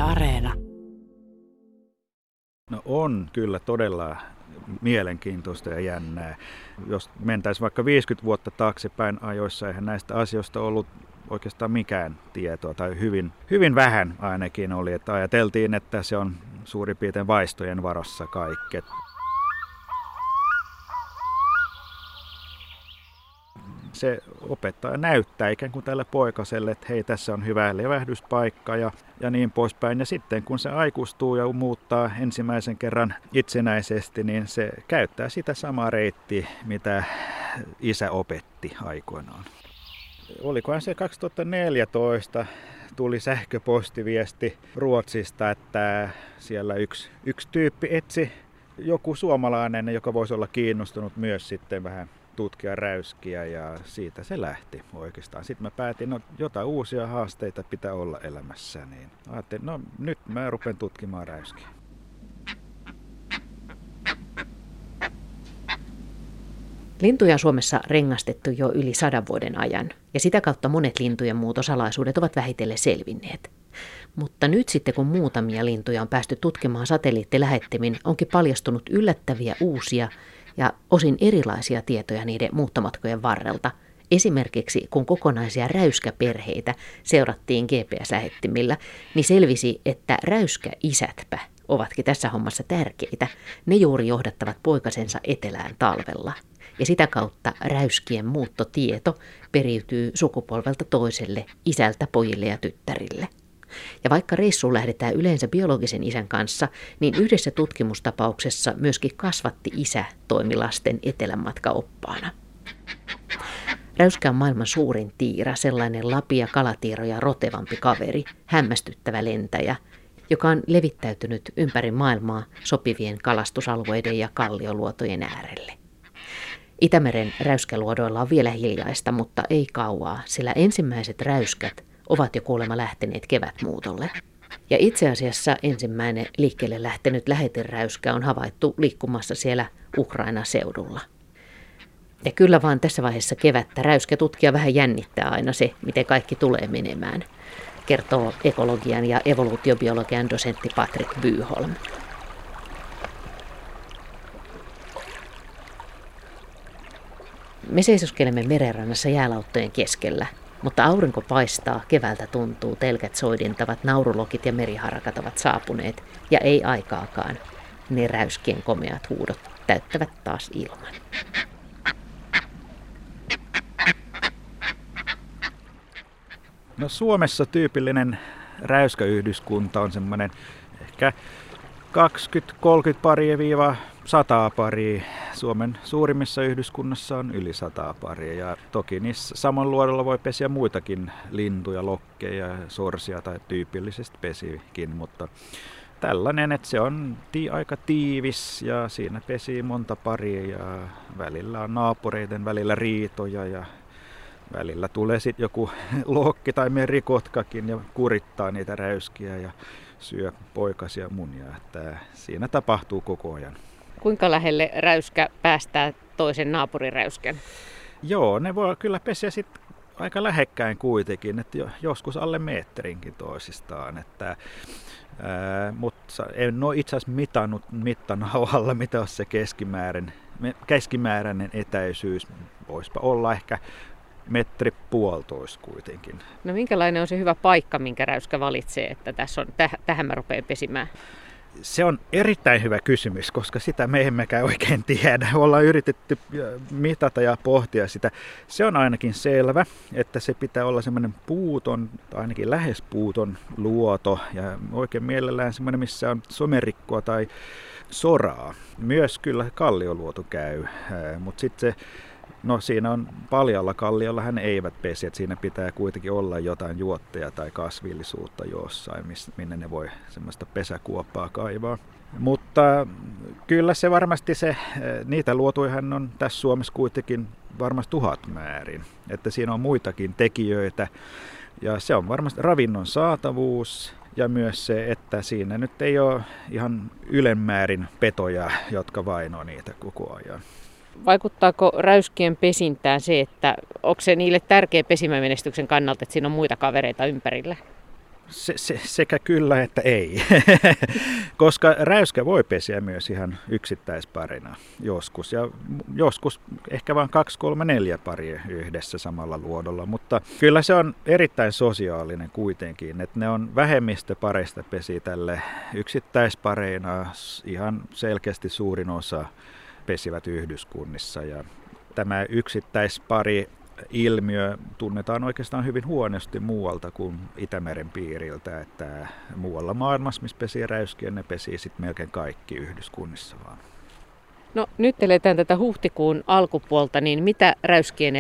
Areena. No on kyllä todella mielenkiintoista ja jännää. Jos mentäisiin vaikka 50 vuotta taaksepäin ajoissa, eihän näistä asioista ollut oikeastaan mikään tietoa, tai hyvin vähän ainakin oli, että ajateltiin, että se on suurin piirtein vaistojen varassa kaikki. Se opettaja näyttää ikään kuin tälle poikaselle, että hei, tässä on hyvä levähdyspaikka ja niin poispäin. Ja sitten kun se aikuistuu ja muuttaa ensimmäisen kerran itsenäisesti, niin se käyttää sitä samaa reittiä, mitä isä opetti aikoinaan. Olikohan se 2014 tuli sähköpostiviesti Ruotsista, että siellä yksi tyyppi etsi joku suomalainen, joka voisi olla kiinnostunut myös sitten vähän tutkia räyskiä, ja siitä se lähti oikeastaan. Sitten mä päätin, että jotain uusia haasteita pitää olla elämässä, niin ajattelin, nyt mä rupean tutkimaan räyskiä. Lintuja on Suomessa rengastettu jo yli 100 vuoden ajan, ja sitä kautta monet lintujen muutosalaisuudet ovat vähitellen selvinneet. Mutta nyt sitten, kun muutamia lintuja on päästy tutkimaan satelliittilähettimin, onkin paljastunut yllättäviä uusia ja osin erilaisia tietoja niiden muuttomatkojen varrelta. Esimerkiksi kun kokonaisia räyskäperheitä seurattiin GPS-lähettimillä, niin selvisi, että räyskäisätpä ovatkin tässä hommassa tärkeitä. Ne juuri johdattavat poikasensa etelään talvella. Ja sitä kautta räyskien muuttotieto periytyy sukupolvelta toiselle, isältä pojille ja tyttärille. Ja vaikka reissuun lähdetään yleensä biologisen isän kanssa, niin yhdessä tutkimustapauksessa myöskin kasvatti isä toimi lasten etelänmatkaoppaana. Räyskä on maailman suurin tiira, sellainen lapia, kalatiiroja rotevampi kaveri, hämmästyttävä lentäjä, joka on levittäytynyt ympäri maailmaa sopivien kalastusalueiden ja kallioluotojen äärelle. Itämeren räyskäluodoilla on vielä hiljaista, mutta ei kauaa, sillä ensimmäiset räyskät ovat jo kuulemma lähteneet kevätmuutolle. Ja itse asiassa ensimmäinen liikkeelle lähtenyt läheteräyskä on havaittu liikkumassa siellä Ukraina-seudulla. Ja kyllä vaan tässä vaiheessa kevättä räyskätutkija vähän jännittää aina se, miten kaikki tulee menemään, kertoo ekologian ja evoluutiobiologian dosentti Patrick Byholm. Me seisoskelemme merenrannassa jäälautojen keskellä, mutta aurinko paistaa, keväältä tuntuu, telkät soidintavat, naurulokit ja meriharakat ovat saapuneet, ja ei aikaakaan. Ne räyskien komeat huudot täyttävät taas ilman. No Suomessa tyypillinen räyskäyhdyskunta on semmoinen ehkä 20-30 paria 100 paria. Suomen suurimmissa yhdyskunnassa on yli 100 paria, ja toki niissä saman luodolla voi pesiä muitakin lintuja, lokkeja, sorsia tai tyypillisesti pesikin, mutta tällainen, että se on aika tiivis ja siinä pesii monta paria ja välillä on naapureiden välillä riitoja ja välillä tulee sitten joku lokki tai merikotkakin ja kurittaa niitä räyskiä ja syö poikasia munia. Että siinä tapahtuu koko ajan. Kuinka lähelle räyskä päästää toisen naapuriräyskän? Joo, ne voi kyllä pesiä sitten aika lähekkäin kuitenkin, että joskus alle metrinkin toisistaan. Mutta en ole itse asiassa mitannut mittanauhalla, mitä on se keskimääräinen etäisyys. Voisipa olla ehkä 1,5 metriä kuitenkin. No minkälainen on se hyvä paikka, minkä räyskä valitsee, että tässä on, tähän mä rupean pesimään? Se on erittäin hyvä kysymys, koska sitä me emmekään oikein tiedä. Ollaan yritetty mitata ja pohtia sitä. Se on ainakin selvä, että se pitää olla semmoinen puuton, tai ainakin lähes puuton luoto. Ja oikein mielellään semmoinen, missä on somerikkoa tai soraa. Myös kyllä kallioluoto käy, mutta sitten se siinä on paljalla kalliolla hän eivät pesi, että siinä pitää kuitenkin olla jotain juotteja tai kasvillisuutta jossain, minne ne voi semmoista pesäkuoppaa kaivaa. Mutta kyllä se varmasti niitä luotuihan on tässä Suomessa kuitenkin varmasti 1000 määrin, että siinä on muitakin tekijöitä ja se on varmasti ravinnon saatavuus ja myös se, että siinä nyt ei ole ihan ylemmäärin petoja, jotka vainoo niitä koko ajan. Vaikuttaako räyskien pesintään se, että onko se niille tärkeä pesimämenestyksen kannalta, että siinä on muita kavereita ympärillä? Sekä kyllä että ei, koska räyskä voi pesiä myös ihan yksittäisparina joskus ja joskus ehkä vain 2, 3, 4 paria yhdessä samalla luodolla, mutta kyllä se on erittäin sosiaalinen kuitenkin, että ne on vähemmistöpareista pesi tälle yksittäispareina, ihan selkeästi suurin osa pesivät yhdyskunnissa ja tämä yksittäispari ilmiö tunnetaan oikeastaan hyvin huonosti muualta kuin Itämeren piiriltä, että muualla maailmassa, missä pesii räyskiä, ne pesii sitten melkein kaikki yhdyskunnissa vaan. No nyt eletään tätä huhtikuun alkupuolta, niin mitä räyskien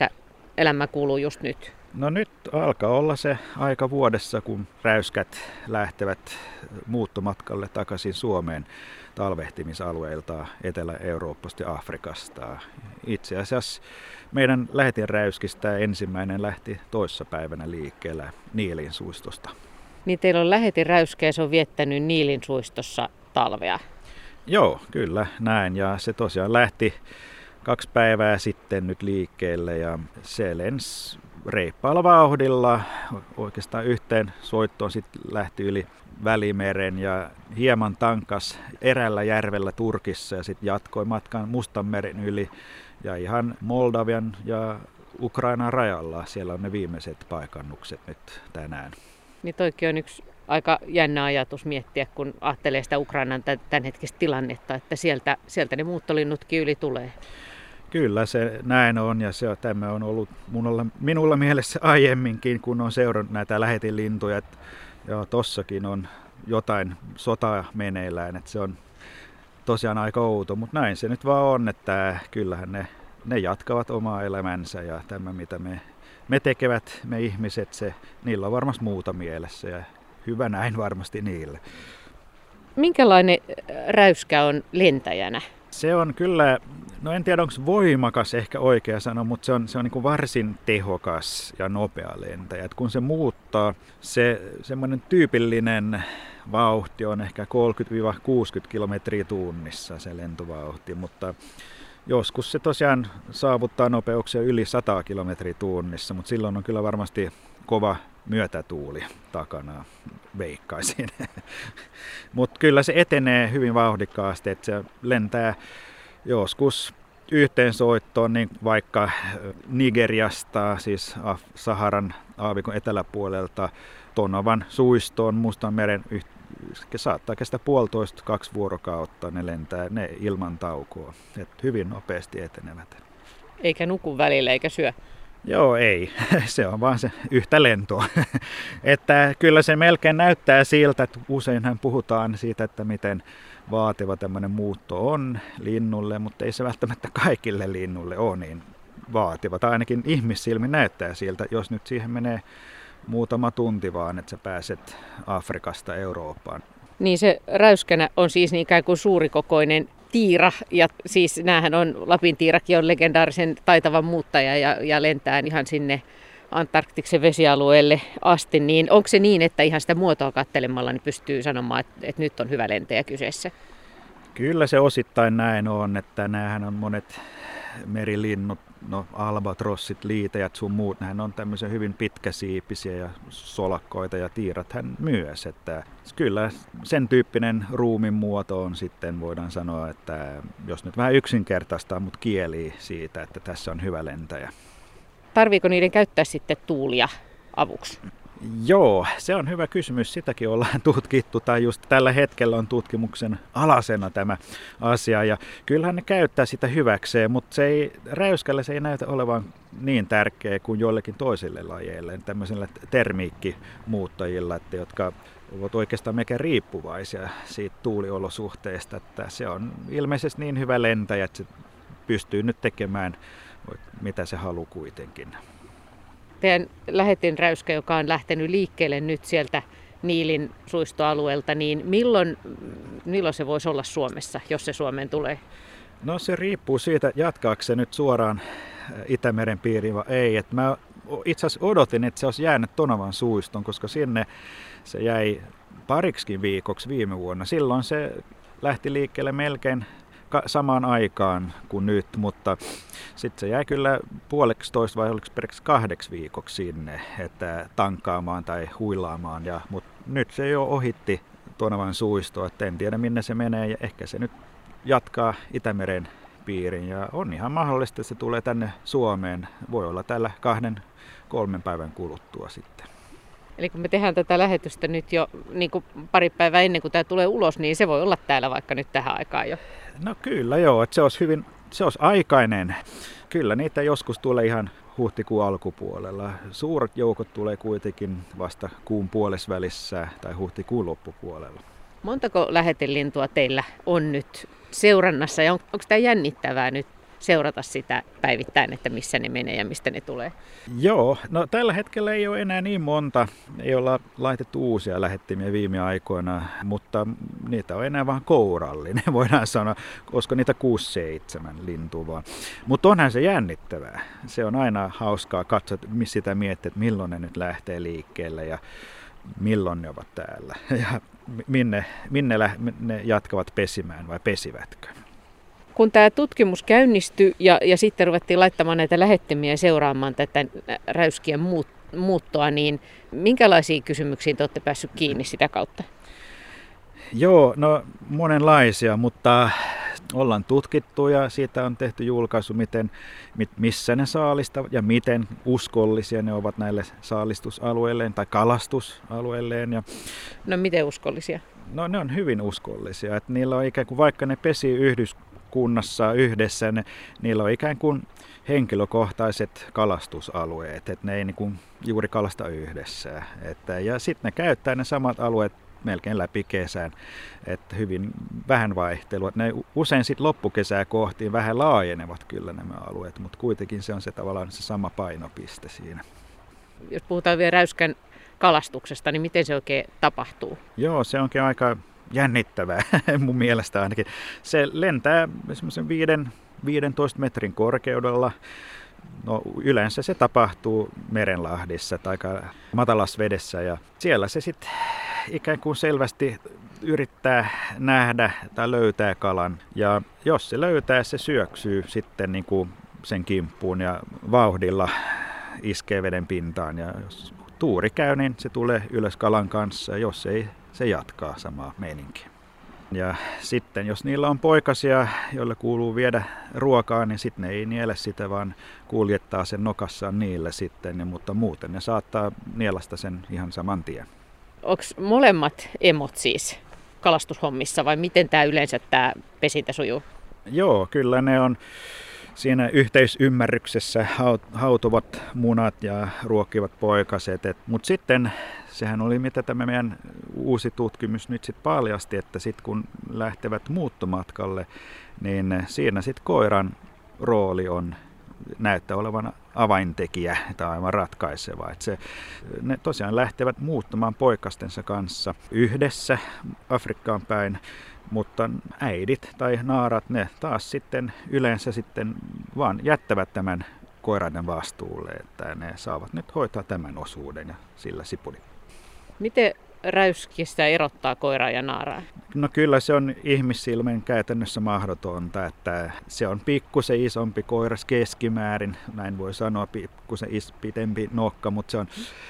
elämä kuuluu just nyt? No nyt alkaa olla se aika vuodessa, kun räyskät lähtevät muuttomatkalle takaisin Suomeen talvehtimisalueilta Etelä-Euroopasta ja Afrikasta. Itse asiassa meidän lähetinräyskistä ensimmäinen lähti toissapäivänä liikkeellä Niilinsuistosta. Niin teillä on lähetinräyskä ja se on viettänyt Niilinsuistossa talvea. Joo, kyllä näin. Ja se tosiaan lähti 2 päivää sitten nyt liikkeelle ja se lensi reippaalla vauhdilla. Oikeastaan yhteen soittoon sitten lähti yli Välimeren ja hieman tankas erällä järvellä Turkissa ja sitten jatkoi matkan Mustanmeren yli ja ihan Moldavian ja Ukrainan rajalla. Siellä on ne viimeiset paikannukset nyt tänään. Niin toikin on yksi aika jännä ajatus miettiä, kun ajattelee sitä Ukrainan tämänhetkistä tilannetta, että sieltä ne muuttolinnutkin yli tulee. Kyllä se näin on ja tämä on ollut minulla mielessä aiemminkin, kun on seurannut näitä lähetinlintuja. Ja tossakin on jotain sotaa meneillään, että se on tosiaan aika outo, mutta näin se nyt vaan on, että kyllähän ne jatkavat omaa elämänsä ja tämä mitä me tekevät, me ihmiset, niillä on varmasti muuta mielessä ja hyvä näin varmasti niille. Minkälainen räyskä on lentäjänä? Se on kyllä, no en tiedä onko voimakas ehkä oikea sana, mutta se on niin kuin varsin tehokas ja nopea lentäjä. Et kun se muuttaa, semmoinen tyypillinen vauhti on ehkä 30-60 kilometriä tunnissa se lentovauhti, mutta joskus se tosiaan saavuttaa nopeuksia yli 100 kilometriä tunnissa, mutta silloin on kyllä varmasti kova myötätuuli takana, veikkaisin. Mutta kyllä se etenee hyvin vauhdikkaasti, että se lentää joskus yhteensoittoon, niin vaikka Nigeriasta, siis Saharan aavikon eteläpuolelta Tonavan suistoon Mustanmeren saattaa kestää 1,5–2 vuorokautta, ne lentää ne ilman taukoa, että hyvin nopeasti etenevät. Eikä nuku välillä eikä syö? Joo, ei. Se on vaan se yhtä lentoa. Että kyllä se melkein näyttää siltä, että useinhan puhutaan siitä, että miten vaativa tämmöinen muutto on linnulle, mutta ei se välttämättä kaikille linnulle ole niin vaativa. Tai ainakin ihmissilmin näyttää siltä, jos nyt siihen menee muutama tunti vaan, että sä pääset Afrikasta Eurooppaan. Niin se räyskänä on siis ikään kuin suurikokoinen tiira, ja siis näähän on, Lapin tiirakin on legendaarisen taitava muuttaja ja lentää ihan sinne Antarktiksen vesialueelle asti, niin onko se niin, että ihan sitä muotoa katselemalla niin pystyy sanomaan, että nyt on hyvä lentäjä kyseessä? Kyllä se osittain näin on, että näähän on monet merilinnut, no albatrossit, liitäjät sun muut, nehän on tämmöisiä hyvin pitkäsiipisiä ja solakkoita ja tiirathan myös, että kyllä sen tyyppinen ruumin muoto on sitten, voidaan sanoa, että jos nyt vähän yksinkertaistaa, mutta kielii siitä, että tässä on hyvä lentäjä. Tarviiko niiden käyttää sitten tuulia avuksi? Joo, se on hyvä kysymys. Sitäkin ollaan tutkittu, tai just tällä hetkellä on tutkimuksen alasena tämä asia. Ja kyllähän ne käyttää sitä hyväkseen, mutta räyskällä se ei näytä olevan niin tärkeä kuin joillekin toisille lajeille, tämmöisillä termiikkimuuttajilla, jotka ovat oikeastaan melkein riippuvaisia siitä tuuliolosuhteesta. Että se on ilmeisesti niin hyvä lentäjä, että se pystyy nyt tekemään mitä se haluaa kuitenkin. Teidän lähetinräyskä, joka on lähtenyt liikkeelle nyt sieltä Niilin suistoalueelta, niin milloin se voisi olla Suomessa, jos se Suomeen tulee? No se riippuu siitä, jatkaako se nyt suoraan Itämeren piiriin vai ei. Et mä itse asiassa odotin, että se olisi jäänyt Tonavan suiston, koska sinne se jäi pariksikin viikoksi viime vuonna. Silloin se lähti liikkeelle melkein samaan aikaan kuin nyt, mutta sitten se jäi kyllä 1,5 vai oliko peräksi 2 viikoksi sinne, että tankkaamaan tai huilaamaan. Mutta nyt se jo ohitti Tonavan suistoa, että en tiedä minne se menee ja ehkä se nyt jatkaa Itämeren piirin ja on ihan mahdollista, että se tulee tänne Suomeen. Voi olla täällä 2-3 päivän kuluttua sitten. Eli kun me tehdään tätä lähetystä nyt jo niin kuin pari päivää ennen kuin tämä tulee ulos, niin se voi olla täällä vaikka nyt tähän aikaan jo. No kyllä joo, että se olisi aikainen. Kyllä niitä joskus tulee ihan huhtikuun alkupuolella. Suuret joukot tulee kuitenkin vasta kuun puolesvälissä tai huhtikuun loppupuolella. Montako lähetelintua teillä on nyt seurannassa ja onko tämä jännittävää nyt seurata sitä päivittäin, että missä ne menee ja mistä ne tulee? Joo, no tällä hetkellä ei ole enää niin monta. Ei olla laitettu uusia lähettimiä viime aikoina, mutta niitä on enää vaan kourallinen, voidaan sanoa, koska niitä 6-7 lintua vaan. Mutta onhan se jännittävää. Se on aina hauskaa katsoa, sitä miettiä, että milloin ne nyt lähtee liikkeelle ja milloin ne ovat täällä ja minne ne jatkavat pesimään vai pesivätkö. Kun tämä tutkimus käynnistyi ja sitten ruvettiin laittamaan näitä lähettimiä ja seuraamaan tätä räyskien muuttoa, niin minkälaisiin kysymyksiin te olette päässyt kiinni sitä kautta? Joo, no monenlaisia, mutta ollaan tutkittu ja siitä on tehty julkaisu, missä ne saalistavat ja miten uskollisia ne ovat näille saalistusalueilleen tai kalastusalueilleen. No miten uskollisia? No ne on hyvin uskollisia, että niillä on ikään kuin vaikka ne pesii yhdyskunnassa yhdessä, niillä on ikään kuin henkilökohtaiset kalastusalueet, että ne ei niin kuin juuri kalasta yhdessä. Ja sitten ne käyttää ne samat alueet melkein läpi kesän, että hyvin vähän vaihtelua. Ne usein sitten loppukesää kohti vähän laajenevat kyllä nämä alueet, mutta kuitenkin se on se tavallaan se sama painopiste siinä. Jos puhutaan vielä räyskän kalastuksesta, niin miten se oikein tapahtuu? Joo, se onkin aika jännittävää mun mielestä ainakin. Se lentää semmoisen 15 metrin korkeudella. No, yleensä se tapahtuu merenlahdissa tai matalassa vedessä ja siellä se sitten ikään kuin selvästi yrittää nähdä tai löytää kalan. Ja jos se löytää, se syöksyy sitten niin kuin sen kimppuun ja vauhdilla iskee veden pintaan. Ja jos tuuri käy, niin se tulee ylös kalan kanssa ja jos ei, se jatkaa samaa meininkiä. Ja sitten jos niillä on poikasia, joille kuuluu viedä ruokaa, niin sitten ne ei niele sitä, vaan kuljettaa sen nokassaan niille sitten. Mutta muuten ne saattaa nielasta sen ihan saman tien. Onko molemmat emot siis kalastushommissa vai miten tämä yleensä tämä pesintä sujuu? Joo, kyllä ne on siinä yhteisymmärryksessä hautuvat munat ja ruokkivat poikaset. Mutta sitten sehän oli mitä tämä meidän uusi tutkimus nyt sitten paljasti, että sitten kun lähtevät muuttomatkalle, niin siinä sitten koiran rooli näyttää olevan avaintekijä tai aivan ratkaiseva. Ne tosiaan lähtevät muuttamaan poikastensa kanssa yhdessä Afrikkaan päin, mutta äidit tai naarat, ne taas sitten yleensä sitten vaan jättävät tämän koiraiden vastuulle, että ne saavat nyt hoitaa tämän osuuden ja sillä sipuli. Miten räyskistä erottaa koiraa ja naaraa? No kyllä se on ihmissilmen käytännössä mahdotonta, että se on pikkusen isompi koiras keskimäärin, näin voi sanoa, pikkusen pitempi nokka, mutta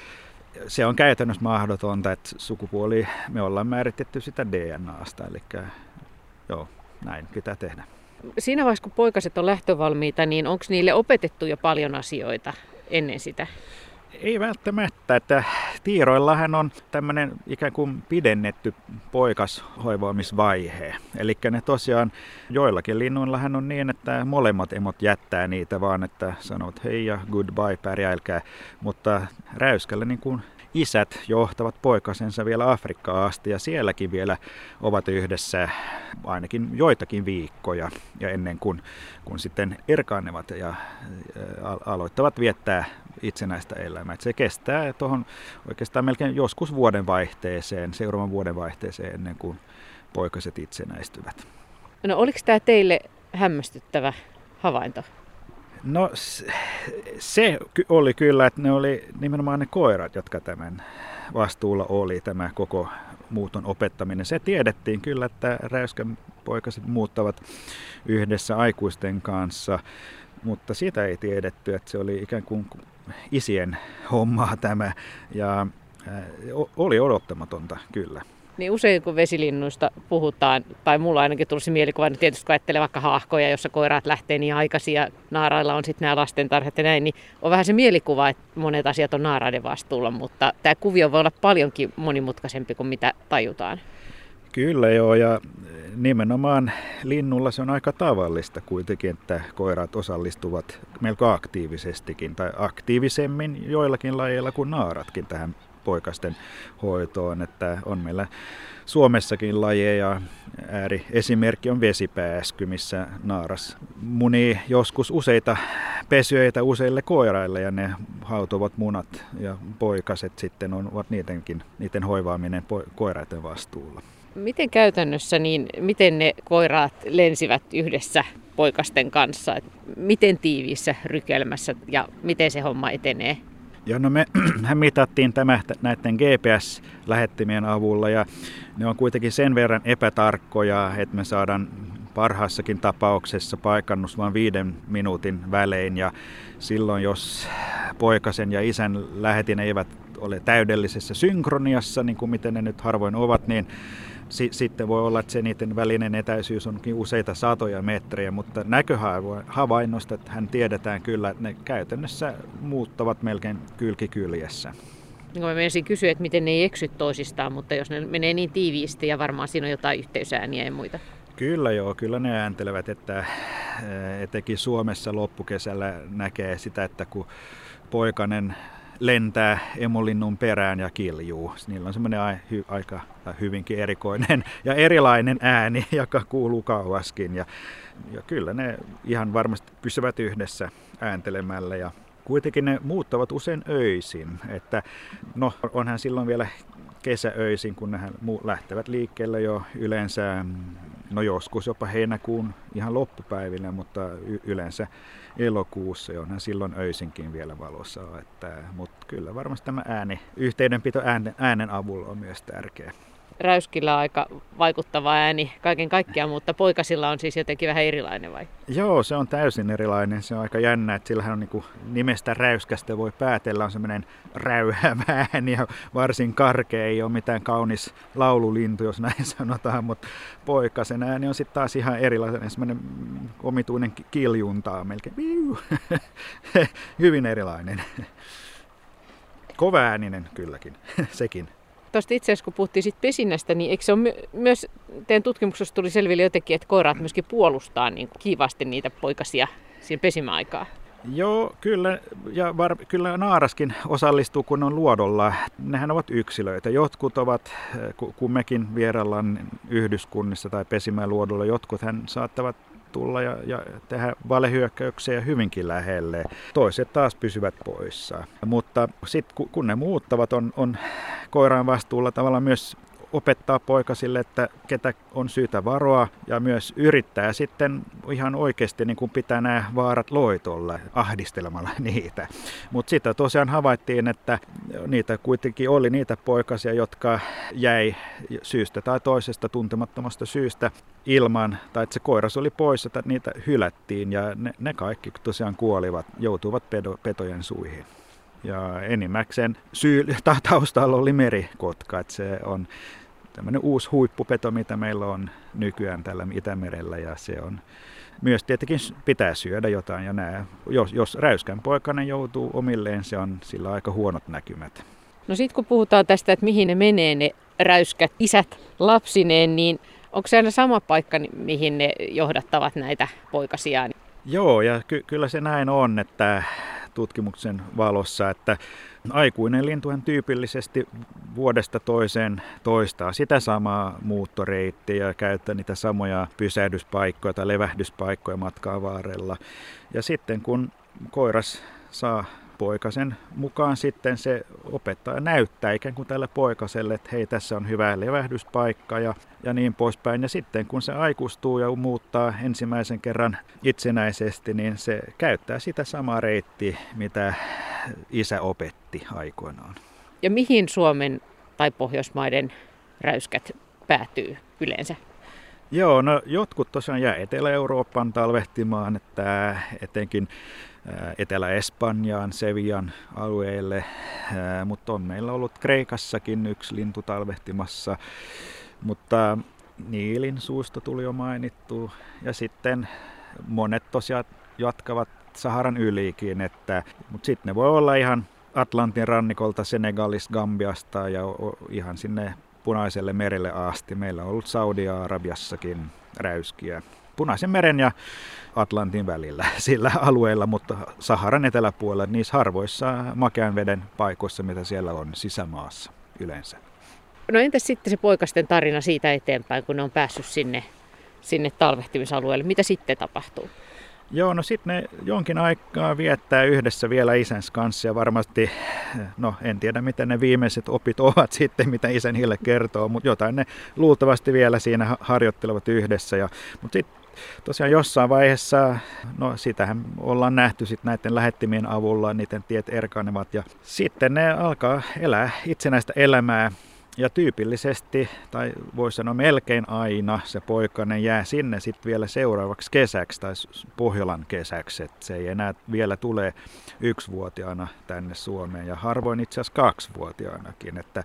se on käytännössä mahdotonta, että sukupuoli me ollaan määritetty sitä DNAsta, eli joo, näin pitää tehdä. Siinä vaiheessa, kun poikaset on lähtövalmiita, niin onko niille opetettu jo paljon asioita ennen sitä? Ei välttämättä, että tiiroillahan on tämmöinen ikään kuin pidennetty poikashoivaamisvaihe. Eli ne tosiaan joillakin linnuillahan on niin, että molemmat emot jättää niitä vaan, että sanovat hei ja goodbye, pärjäilkää. Mutta räyskällä niin kuin isät johtavat poikasensa vielä Afrikkaan asti ja sielläkin vielä ovat yhdessä ainakin joitakin viikkoja ja ennen kuin sitten erkaannevat ja aloittavat viettää itsenäistä elämää. Se kestää tuohon oikeastaan melkein joskus seuraavan vuodenvaihteeseen ennen kuin poikaset itsenäistyvät. No oliko tämä teille hämmästyttävä havainto? No se oli kyllä, että ne oli nimenomaan ne koirat, jotka tämän vastuulla oli, tämä koko muuton opettaminen. Se tiedettiin kyllä, että räyskän poikaset muuttavat yhdessä aikuisten kanssa, mutta sitä ei tiedetty, että se oli ikään kuin isien hommaa tämä ja oli odottamatonta kyllä. Niin usein kun vesilinnuista puhutaan, tai mulla ainakin tulisi mielikuva, niin tietysti kun ajattelee vaikka haahkoja, jossa koiraat lähtee niin aikaisin ja naarailla on sitten nämä lastentarhat ja näin, niin on vähän se mielikuva, että monet asiat on naaraiden vastuulla, mutta tämä kuvio voi olla paljonkin monimutkaisempi kuin mitä tajutaan. Kyllä joo, ja nimenomaan linnulla se on aika tavallista kuitenkin, että koirat osallistuvat melko aktiivisestikin tai aktiivisemmin joillakin lajeilla kuin naaratkin tähän poikasten hoitoon, että on meillä Suomessakin lajeja. Ääriesimerkki on vesipääsky, missä naaras munii joskus useita pesyöitä useille koiraille ja ne hautovat munat ja poikaset sitten ovat niiden hoivaaminen koiraiden vastuulla. Miten käytännössä, niin miten ne koiraat lensivät yhdessä poikasten kanssa? Miten tiiviissä rykelmässä ja miten se homma etenee? Ja no mehän mitattiin tämä näiden GPS-lähettimien avulla ja ne on kuitenkin sen verran epätarkkoja, että me saadaan parhaassakin tapauksessa paikannus vain 5 minuutin välein ja silloin jos poikasen ja isän lähetin eivät ole täydellisessä synkroniassa, niin kuin miten ne nyt harvoin ovat, niin sitten voi olla, että se niiden välinen etäisyys onkin useita satoja metrejä, mutta näköhavainnosta että hän tiedetään kyllä, että ne käytännössä muuttavat melkein kylkikyljessä. Mä menisin kysyä, että miten ne ei eksy toisistaan, mutta jos ne menee niin tiiviisti ja varmaan siinä on jotain yhteysääniä ja muita. Kyllä joo, kyllä ne ääntelevät, että etenkin Suomessa loppukesällä näkee sitä, että kun poikanen lentää emolinnun perään ja kiljuu. Niillä on semmoinen aika hyvinkin erikoinen ja erilainen ääni, joka kuuluu kauaskin. Ja kyllä ne ihan varmasti pysyvät yhdessä ääntelemällä ja kuitenkin ne muuttavat usein öisin. Että no onhan silloin vielä kesäöisin, kun ne lähtevät liikkeelle jo yleensä, no joskus jopa heinäkuun ihan loppupäivillä, mutta yleensä elokuussa, ja onhan silloin öisinkin vielä valossa. Mutta kyllä varmasti tämä yhteydenpito äänen avulla on myös tärkeä. Räyskillä on aika vaikuttava ääni kaiken kaikkiaan, mutta poikasilla on siis jotenkin vähän erilainen vai? Joo, se on täysin erilainen. Se on aika jännä, että sillähän on niin kuin nimestä räyskästä voi päätellä, on semmoinen räyhävä ääni ja varsin karkea, ei ole mitään kaunis laululintu, jos näin sanotaan, mutta poikasen ääni on sitten taas ihan erilainen, semmoinen omituinen kiljuntaa melkein. Hyvin erilainen. Kovaääninen kylläkin, sekin. Tuosta itse asiassa, kun puhuttiin sit pesinnästä, niin eikö se ole myös teidän tutkimuksessa tuli selville jotenkin, että koiraat myöskin puolustaa niin kiivaasti niitä poikasia siinä pesimäaikaa? Joo, kyllä. Ja kyllä naaraskin osallistuu, kun on luodolla. Nehän ovat yksilöitä. Jotkut ovat, kun mekin vieraillaan yhdyskunnissa tai pesimäluodolla, jotkut hän saattavat tulla ja tehdä valehyökkäyksiä hyvinkin lähelle. Toiset taas pysyvät poissa. Mutta sitten kun ne muuttavat, on koiran vastuulla tavallaan myös opettaa poikasille, että ketä on syytä varoa ja myös yrittää sitten ihan oikeasti niin kuin pitää nämä vaarat loitolla ahdistelemalla niitä. Mutta sitten tosiaan havaittiin, että niitä kuitenkin oli niitä poikasia, jotka jäi syystä tai toisesta tuntemattomasta syystä ilman, tai että se koiras oli poissa, että niitä hylättiin ja ne kaikki tosiaan kuolivat, joutuivat petojen suihin. Ja enimmäkseen taustalla oli merikotka, että se on tämmöinen uusi huippupeto, mitä meillä on nykyään tällä Itämerellä ja se on myös tietenkin pitää syödä jotain ja jos räyskän poikainen joutuu omilleen, se on sillä aika huonot näkymät. No sitten kun puhutaan tästä, että mihin ne menee ne räyskät isät lapsineen, niin onko se aina sama paikka, mihin ne johdattavat näitä poikasiaan? Joo, ja kyllä se näin on, että tutkimuksen valossa, että aikuinen lintuhan tyypillisesti vuodesta toiseen toistaa sitä samaa muuttoreittiä ja käyttää niitä samoja pysähdyspaikkoja tai levähdyspaikkoja matkan varrella. Ja sitten kun koiras saa poikasen mukaan, sitten se opettaja näyttää ikään kuin tälle poikaselle, että hei, tässä on hyvä levähdyspaikka ja niin poispäin. Ja sitten kun se aikuistuu ja muuttaa ensimmäisen kerran itsenäisesti, niin se käyttää sitä samaa reittiä, mitä isä opetti aikoinaan. Ja mihin Suomen tai Pohjoismaiden räyskät päätyy yleensä? Joo, no jotkut tosiaan jää Etelä-Eurooppaan talvehtimaan, että etenkin Etelä-Espanjaan, Sevillan alueelle, mutta on meillä ollut Kreikassakin yksi lintu talvehtimassa, mutta Niilin suusto tuli jo mainittu ja sitten monet tosiaan jatkavat Saharan ylikin, mutta sitten ne voi olla ihan Atlantin rannikolta, Senegalista, Gambiasta ja ihan sinne Punaiselle merelle asti. Meillä on ollut Saudi-Arabiassakin räyskiä Punaisen meren ja Atlantin välillä sillä alueella, mutta Saharan eteläpuolella niissä harvoissa makean veden paikoissa, mitä siellä on sisämaassa yleensä. No entäs sitten se poikasten tarina siitä eteenpäin, kun ne on päässyt sinne talvehtimisalueelle? Mitä sitten tapahtuu? Joo, no sitten ne jonkin aikaa viettää yhdessä vielä isänsä kanssa ja varmasti, no en tiedä miten ne viimeiset opit ovat sitten, mitä isän niille kertoo, mutta jotain ne luultavasti vielä siinä harjoittelevat yhdessä. Mutta sitten tosiaan jossain vaiheessa, no sitähän ollaan nähty sitten näiden lähettimien avulla, niiden tiet erkanevat ja sitten ne alkaa elää itsenäistä elämää. Ja tyypillisesti, tai voisi sanoa melkein aina, se poikainen jää sinne sitten vielä seuraavaksi kesäksi tai Pohjolan kesäksi. Et se ei enää vielä tule 1-vuotiaana tänne Suomeen ja harvoin itse asiassa 2-vuotiaanakin. Että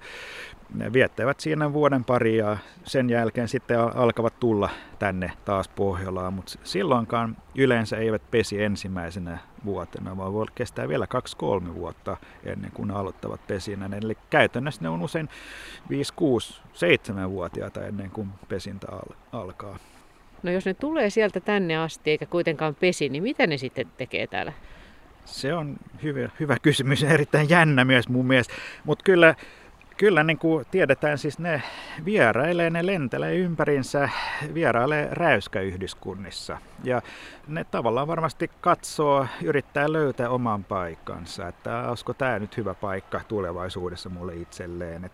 ne viettävät siinä vuoden pari ja sen jälkeen sitten alkavat tulla tänne taas Pohjolaan. Mutta silloinkaan yleensä eivät pesi ensimmäisenä vuotena, vaan voi kestää vielä 2-3 vuotta ennen kuin ne aloittavat pesinnän. Eli käytännössä ne on usein 5, 6, 7-vuotiaita ennen kuin pesintä alkaa. No jos ne tulee sieltä tänne asti eikä kuitenkaan pesi, niin mitä ne sitten tekee täällä? Se on hyvä kysymys ja erittäin jännä myös mun mielestä, mutta Kyllä niin kuin tiedetään, siis ne vierailee, ne lentelee ympärinsä, vierailee räyskäyhdyskunnissa. Ja ne tavallaan varmasti katsoo, yrittää löytää oman paikkansa, että olisiko tämä nyt hyvä paikka tulevaisuudessa mulle itselleen.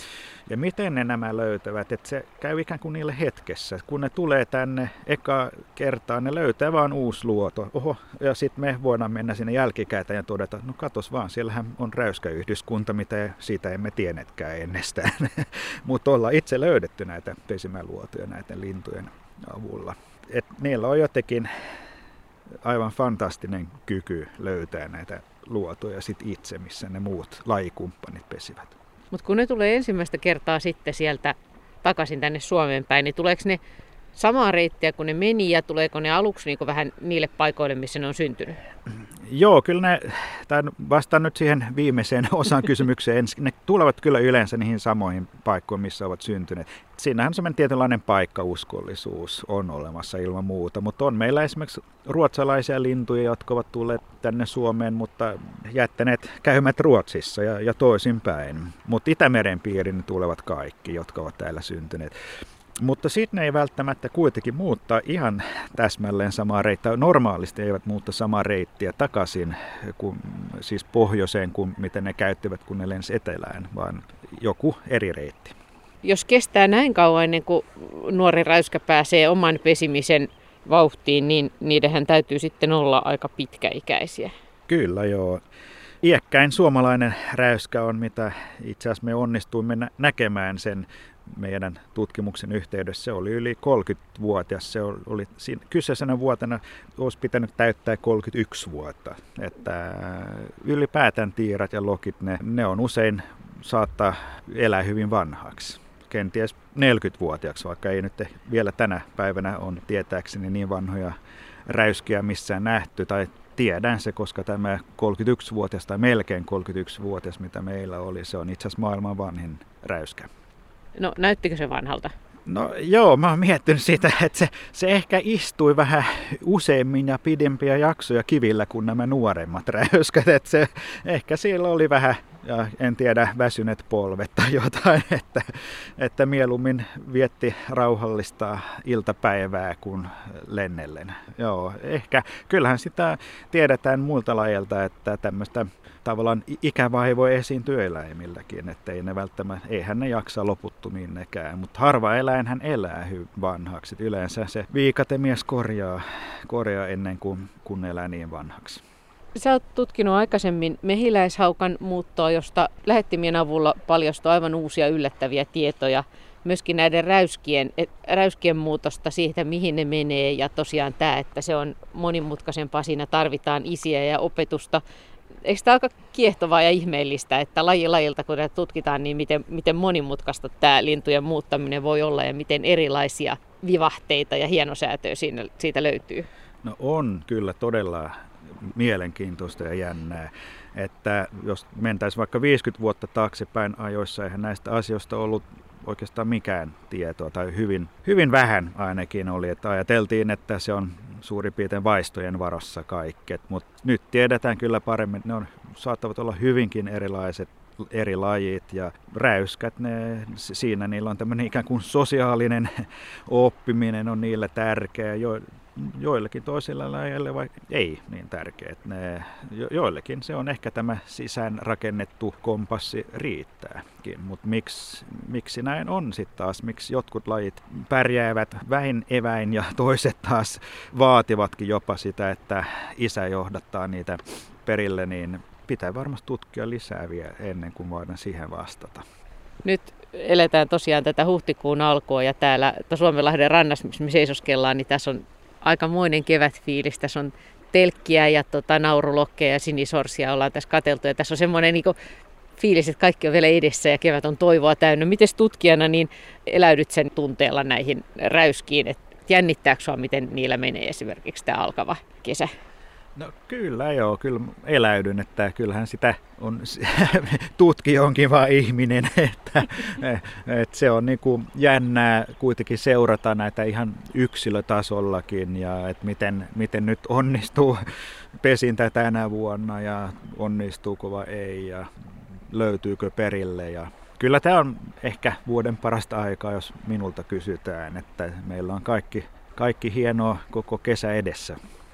Ja miten ne nämä löytävät, että se käy ikään kuin niille hetkessä. Kun ne tulee tänne eka kertaa, ne löytää vaan uusi luoto. Oho, ja sitten me voidaan mennä sinne jälkikäteen ja todeta, no katos vaan, siellähän on räyskäyhdyskunta, mitä siitä emme tiennetkään ennestään. Mutta ollaan itse löydetty näitä pesimäluotoja näiden lintujen avulla. Et niillä on jotenkin aivan fantastinen kyky löytää näitä luotoja sit itse, missä ne muut lajikumppanit pesivät. Mutta kun ne tulee ensimmäistä kertaa sitten sieltä takaisin tänne Suomeen päin, niin tuleeko ne samaa reittiä kuin ne meni ja tuleeko ne aluksi niin vähän niille paikoille, missä ne on syntynyt? Joo, kyllä vastaan nyt siihen viimeiseen osaan kysymykseen. Ne tulevat kyllä yleensä niihin samoihin paikkoihin, missä ovat syntyneet. Siinähän semmoinen tietynlainen paikkauskollisuus on olemassa ilman muuta, mutta on meillä esimerkiksi ruotsalaisia lintuja, jotka ovat tulleet tänne Suomeen, mutta jättäneet käymät Ruotsissa ja toisinpäin. Mutta Itämeren piiriin tulevat kaikki, jotka ovat täällä syntyneet. Mutta sitten ne ei välttämättä kuitenkin muuttaa ihan täsmälleen samaa reittiä. Normaalisti eivät muutta samaa reittiä takaisin, siis pohjoiseen kuin miten ne käyttivät, kun ne lensi etelään, vaan joku eri reitti. Jos kestää näin kauan ennen kuin nuori räyskä pääsee oman pesimisen vauhtiin, niin niidenhän täytyy sitten olla aika pitkäikäisiä. Kyllä joo. Iäkkäin suomalainen räyskä on, mitä itse asiassa me onnistuimme näkemään sen meidän tutkimuksen yhteydessä. Se oli yli 30-vuotias. Se oli kyseisenä vuotena olisi pitänyt täyttää 31 vuotta. Että ylipäätään tiirat ja lokit, ne on usein saattaa elää hyvin vanhaksi. Kenties 40-vuotiaaksi, vaikka ei nyt vielä tänä päivänä on tietääkseni niin vanhoja räyskiä missään nähty. Tai tiedän se, koska tämä 31-vuotias tai melkein 31-vuotias, mitä meillä oli, se on itse asiassa maailman vanhin räyskä. No näyttikö se vanhalta? No joo, mä oon miettinyt sitä, että se ehkä istui vähän useammin ja pidempiä jaksoja kivillä kuin nämä nuoremmat räyskät. Että se, ehkä siellä oli vähän, ja en tiedä, väsyneet polvet tai jotain, että mieluummin vietti rauhallista iltapäivää kuin lennellen. Joo, ehkä kyllähän sitä tiedetään muilta lajeilta, että tämmöistä tavallaan ikävaihe voi esiintyä eläimilläkin, että ei ne välttämättä, eihän ne jaksa loputtumiin nekään, mutta harva eläinhän elää vanhaksi. Yleensä se viikatemies korjaa ennen kuin ne elää niin vanhaksi. Sä oot tutkinut aikaisemmin mehiläishaukan muuttoa, josta lähettimien avulla paljastui aivan uusia yllättäviä tietoja. myöskin näiden räyskien muutosta siitä, mihin ne menee. Ja tosiaan tämä, että se on monimutkaisempaa, siinä tarvitaan isiä ja opetusta. Eikö tämä aika kiehtovaa ja ihmeellistä, että lajilta kun tätä tutkitaan, niin miten monimutkaista tämä lintujen muuttaminen voi olla ja miten erilaisia vivahteita ja hienosäätöä siitä löytyy? No on kyllä todella mielenkiintoista ja jännää, että jos mentäisiin vaikka 50 vuotta taaksepäin ajoissa, eihän näistä asioista ollut oikeastaan mikään tietoa, tai hyvin vähän ainakin oli, että ajateltiin, että se on suurin piirtein vaistojen varassa kaikki, mutta nyt tiedetään kyllä paremmin, ne saattavat olla hyvinkin erilaiset eri lajit ja räyskät, siinä niillä on tämmöinen ikään kuin sosiaalinen oppiminen on niille tärkeä, joillekin toisilla lajeille ei niin tärkeä. Joillekin se on ehkä tämä sisään rakennettu kompassi riittääkin, mutta miksi näin on sitten taas, miksi jotkut lajit pärjäävät vähin eväin ja toiset taas vaativatkin jopa sitä, että isä johdattaa niitä perille, niin pitää varmasti tutkia lisää vielä ennen kuin voidaan siihen vastata. Nyt eletään tosiaan tätä huhtikuun alkua ja täällä Suomenlahden rannassa, missä me seisoskellaan, niin tässä on aikamoinen kevätfiilis. Tässä on telkkiä ja naurulokkeja ja sinisorsia ollaan tässä katseltu. Ja tässä on semmoinen niin fiilis, että kaikki on vielä edessä ja kevät on toivoa täynnä. Mites tutkijana niin eläydyt sen tunteella näihin räyskiin? Et jännittääkö sinua, miten niillä menee esimerkiksi tämä alkava kesä? No kyllä eläydyn, että kyllähän sitä on, tutkija onkin vaan ihminen, että se on niin kuin jännää kuitenkin seurata näitä ihan yksilötasollakin ja että miten nyt onnistuu pesintä tänä vuonna ja onnistuuko vai ei ja löytyykö perille. Ja kyllä tämä on ehkä vuoden parasta aikaa, jos minulta kysytään, että meillä on kaikki hienoa koko kesä edessä.